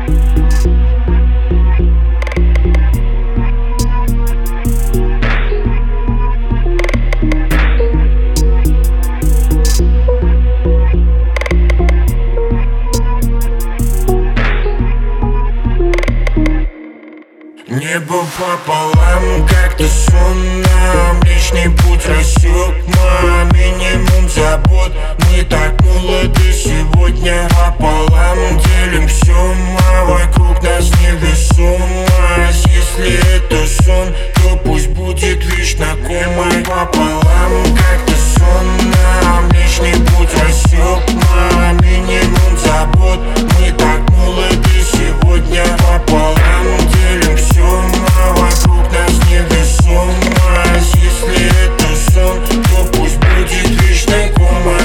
Небо пополам, как-то сонно. Млечный путь рассек мой минимум забот. Мы так молоды сегодня пополам. Делим все, вокруг нас невесомость. Если это сон, то пусть будет лишь знакомый. Пополам, как-то сонно. Млечный путь рассек мой минимум забот. Мы так молоды сегодня пополам. Делим все, вокруг нас невесомость. Если это сон, то пусть будет лишь знакомый.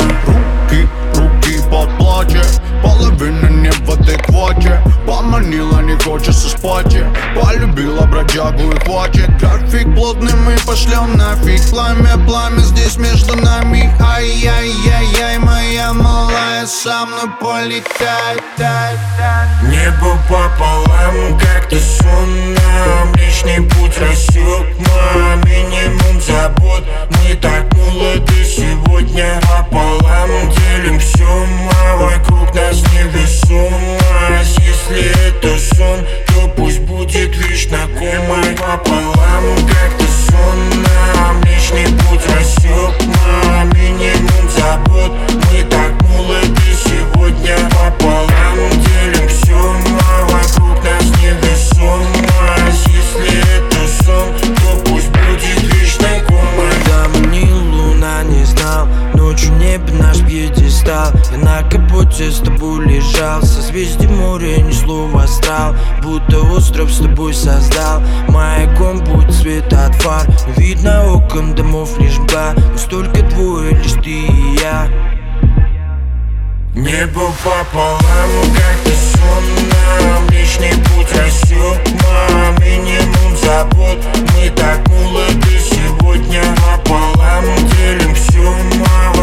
Руки по плоти, половина не в адеквате. Поманила, не хочется спать. Полюбила бродягу и хватит. График плотный, мы пошлем нафиг. Пламя здесь между нами. Ай-яй-яй-яй, моя малая, со мной полетай. Небо пополам, как-то сонно. Млечный путь рассек мой минимум забот. Мы так молоды сегодня пополам. Делим все, вокруг нас невесомость. Если это сон, то пусть будет лишь знакомый. Пополам, как-то сонно. Млечный путь рассек мой минимум забот. Мы так молоды сегодня пополам. Делим все, вокруг нас невесомость. Если это сон, то пусть будет лишь знакомый. Когда мне луна не знал, ночью небо наш пьедестал. Я на капоте с тобой лежал, созвездие моря несло в астрал. Будто остров с тобой создал, маяком будь свет от фар. Но видно окон домов лишь мгла, но столько двое, лишь ты и я. Небо пополам, как-то сонно. Млечный путь рассек мой минимум забот. Мы так молоды сегодня пополам. Делим все,